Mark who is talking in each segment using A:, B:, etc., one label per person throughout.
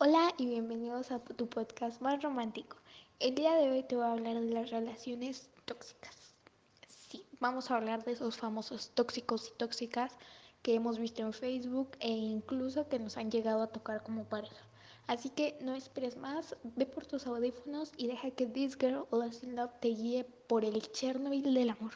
A: Hola y bienvenidos a tu podcast más romántico. El día de hoy te voy a hablar de las relaciones tóxicas. Sí, vamos a hablar de esos famosos tóxicos y tóxicas que hemos visto en Facebook e incluso que nos han llegado a tocar como pareja. Así que no esperes más, ve por tus audífonos y deja que This Girl Lost in Love te guíe por el Chernobyl del amor.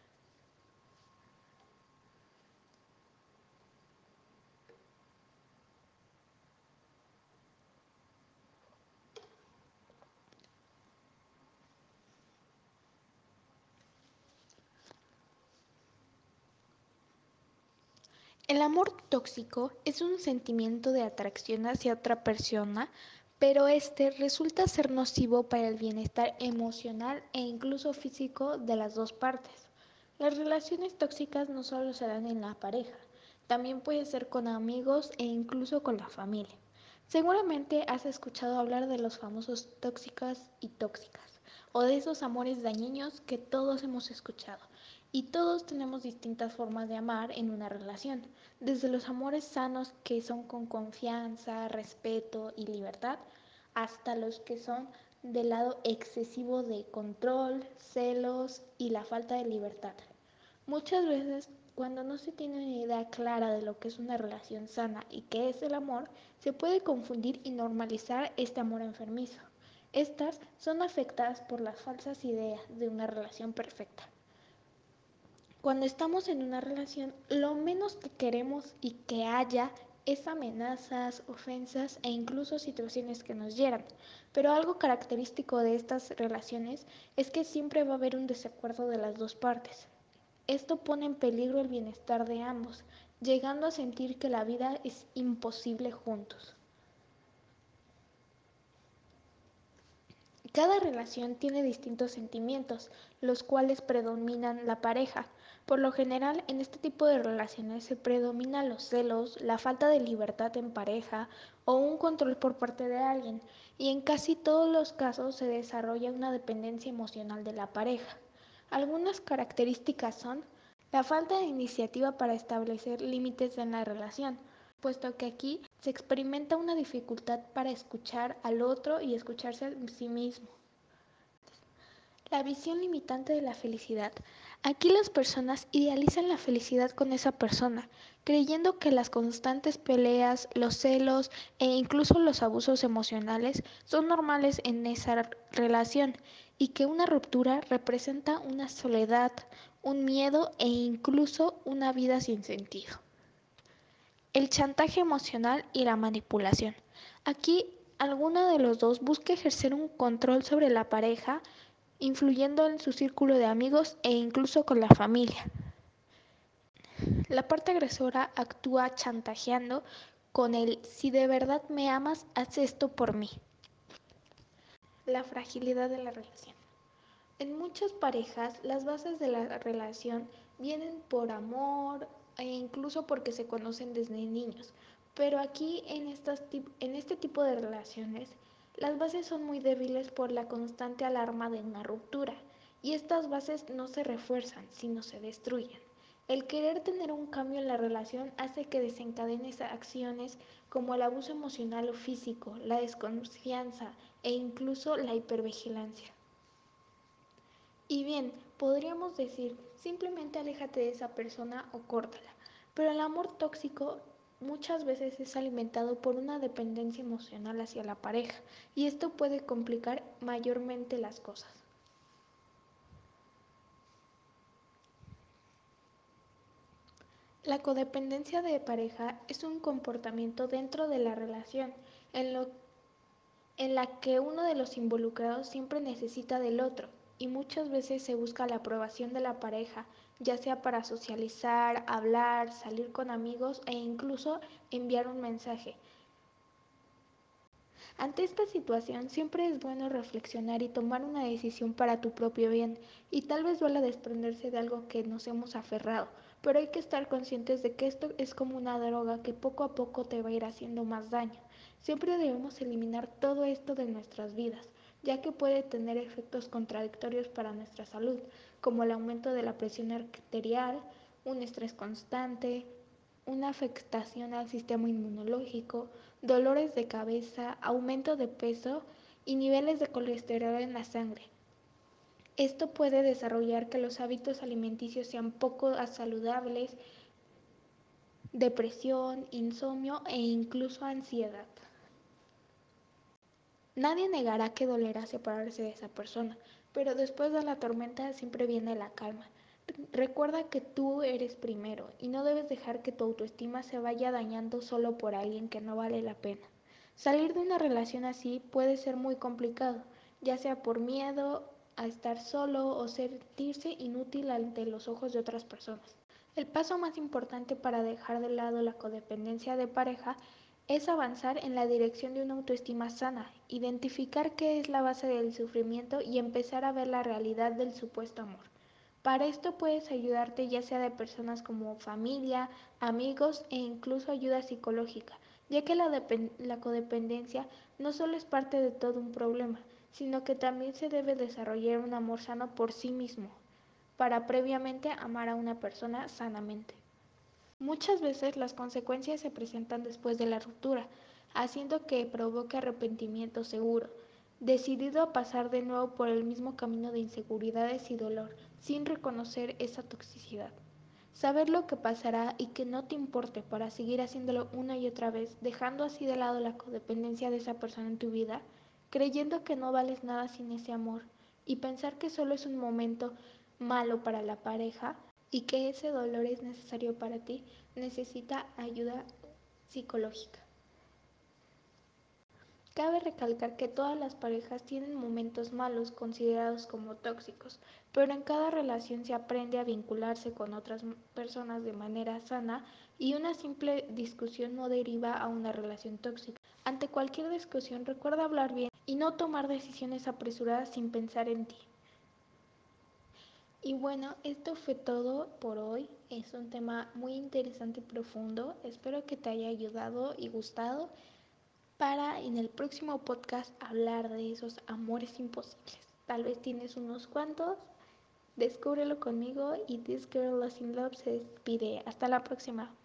A: El amor tóxico es un sentimiento de atracción hacia otra persona, pero este resulta ser nocivo para el bienestar emocional e incluso físico de las dos partes. Las relaciones tóxicas no solo se dan en la pareja, también puede ser con amigos e incluso con la familia. Seguramente has escuchado hablar de los famosos tóxicas y tóxicas, o de esos amores dañinos que todos hemos escuchado. Y todos tenemos distintas formas de amar en una relación, desde los amores sanos que son con confianza, respeto y libertad, hasta los que son del lado excesivo de control, celos y la falta de libertad. Muchas veces, cuando no se tiene una idea clara de lo que es una relación sana y qué es el amor, se puede confundir y normalizar este amor enfermizo. Estas son afectadas por las falsas ideas de una relación perfecta. Cuando estamos en una relación, lo menos que queremos y que haya es amenazas, ofensas e incluso situaciones que nos hieran. Pero algo característico de estas relaciones es que siempre va a haber un desacuerdo de las dos partes. Esto pone en peligro el bienestar de ambos, llegando a sentir que la vida es imposible juntos. Cada relación tiene distintos sentimientos, los cuales predominan la pareja. Por lo general, en este tipo de relaciones se predominan los celos, la falta de libertad en pareja o un control por parte de alguien, y en casi todos los casos se desarrolla una dependencia emocional de la pareja. Algunas características son la falta de iniciativa para establecer límites en la relación, puesto que aquí se experimenta una dificultad para escuchar al otro y escucharse a sí mismo. La visión limitante de la felicidad. Aquí las personas idealizan la felicidad con esa persona, creyendo que las constantes peleas, los celos e incluso los abusos emocionales son normales en esa relación y que una ruptura representa una soledad, un miedo e incluso una vida sin sentido. El chantaje emocional y la manipulación. Aquí alguno de los dos busca ejercer un control sobre la pareja, influyendo en su círculo de amigos e incluso con la familia. La parte agresora actúa chantajeando con el si de verdad me amas, haz esto por mí. La fragilidad de la relación. En muchas parejas, las bases de la relación vienen por amor e incluso porque se conocen desde niños. Pero aquí en este tipo de relaciones, las bases son muy débiles por la constante alarma de una ruptura. Y estas bases no se refuerzan, sino se destruyen. El querer tener un cambio en la relación hace que desencadene acciones como el abuso emocional o físico, la desconfianza e incluso la hipervigilancia. Y bien, podríamos decir, simplemente aléjate de esa persona o córtala. Pero el amor tóxico muchas veces es alimentado por una dependencia emocional hacia la pareja y esto puede complicar mayormente las cosas. La codependencia de pareja es un comportamiento dentro de la relación en lo en la que uno de los involucrados siempre necesita del otro y muchas veces se busca la aprobación de la pareja, ya sea para socializar, hablar, salir con amigos e incluso enviar un mensaje. Ante esta situación siempre es bueno reflexionar y tomar una decisión para tu propio bien y tal vez duela desprenderse de algo que nos hemos aferrado, pero hay que estar conscientes de que esto es como una droga que poco a poco te va a ir haciendo más daño. Siempre debemos eliminar todo esto de nuestras vidas, ya que puede tener efectos contradictorios para nuestra salud, como el aumento de la presión arterial, un estrés constante, una afectación al sistema inmunológico, dolores de cabeza, aumento de peso y niveles de colesterol en la sangre. Esto puede desarrollar que los hábitos alimenticios sean poco saludables, depresión, insomnio e incluso ansiedad. Nadie negará que dolerá separarse de esa persona, pero después de la tormenta siempre viene la calma. Recuerda que tú eres primero y no debes dejar que tu autoestima se vaya dañando solo por alguien que no vale la pena. Salir de una relación así puede ser muy complicado, ya sea por miedo a estar solo o sentirse inútil ante los ojos de otras personas. El paso más importante para dejar de lado la codependencia de pareja es avanzar en la dirección de una autoestima sana, identificar qué es la base del sufrimiento y empezar a ver la realidad del supuesto amor. Para esto puedes ayudarte ya sea de personas como familia, amigos e incluso ayuda psicológica, ya que la codependencia no solo es parte de todo un problema, sino que también se debe desarrollar un amor sano por sí mismo, para previamente amar a una persona sanamente. Muchas veces las consecuencias se presentan después de la ruptura, haciendo que provoque arrepentimiento seguro, decidido a pasar de nuevo por el mismo camino de inseguridades y dolor, sin reconocer esa toxicidad. Saber lo que pasará y que no te importe para seguir haciéndolo una y otra vez, dejando así de lado la codependencia de esa persona en tu vida, creyendo que no vales nada sin ese amor y pensar que solo es un momento malo para la pareja y que ese dolor es necesario para ti, necesita ayuda psicológica. Cabe recalcar que todas las parejas tienen momentos malos considerados como tóxicos, pero en cada relación se aprende a vincularse con otras personas de manera sana y una simple discusión no deriva a una relación tóxica. Ante cualquier discusión recuerda hablar bien y no tomar decisiones apresuradas sin pensar en ti. Y bueno, esto fue todo por hoy. Es un tema muy interesante y profundo. Espero que te haya ayudado y gustado para en el próximo podcast hablar de esos amores imposibles. Tal vez tienes unos cuantos. Descúbrelo conmigo y This Girl Lost in Love se despide. Hasta la próxima.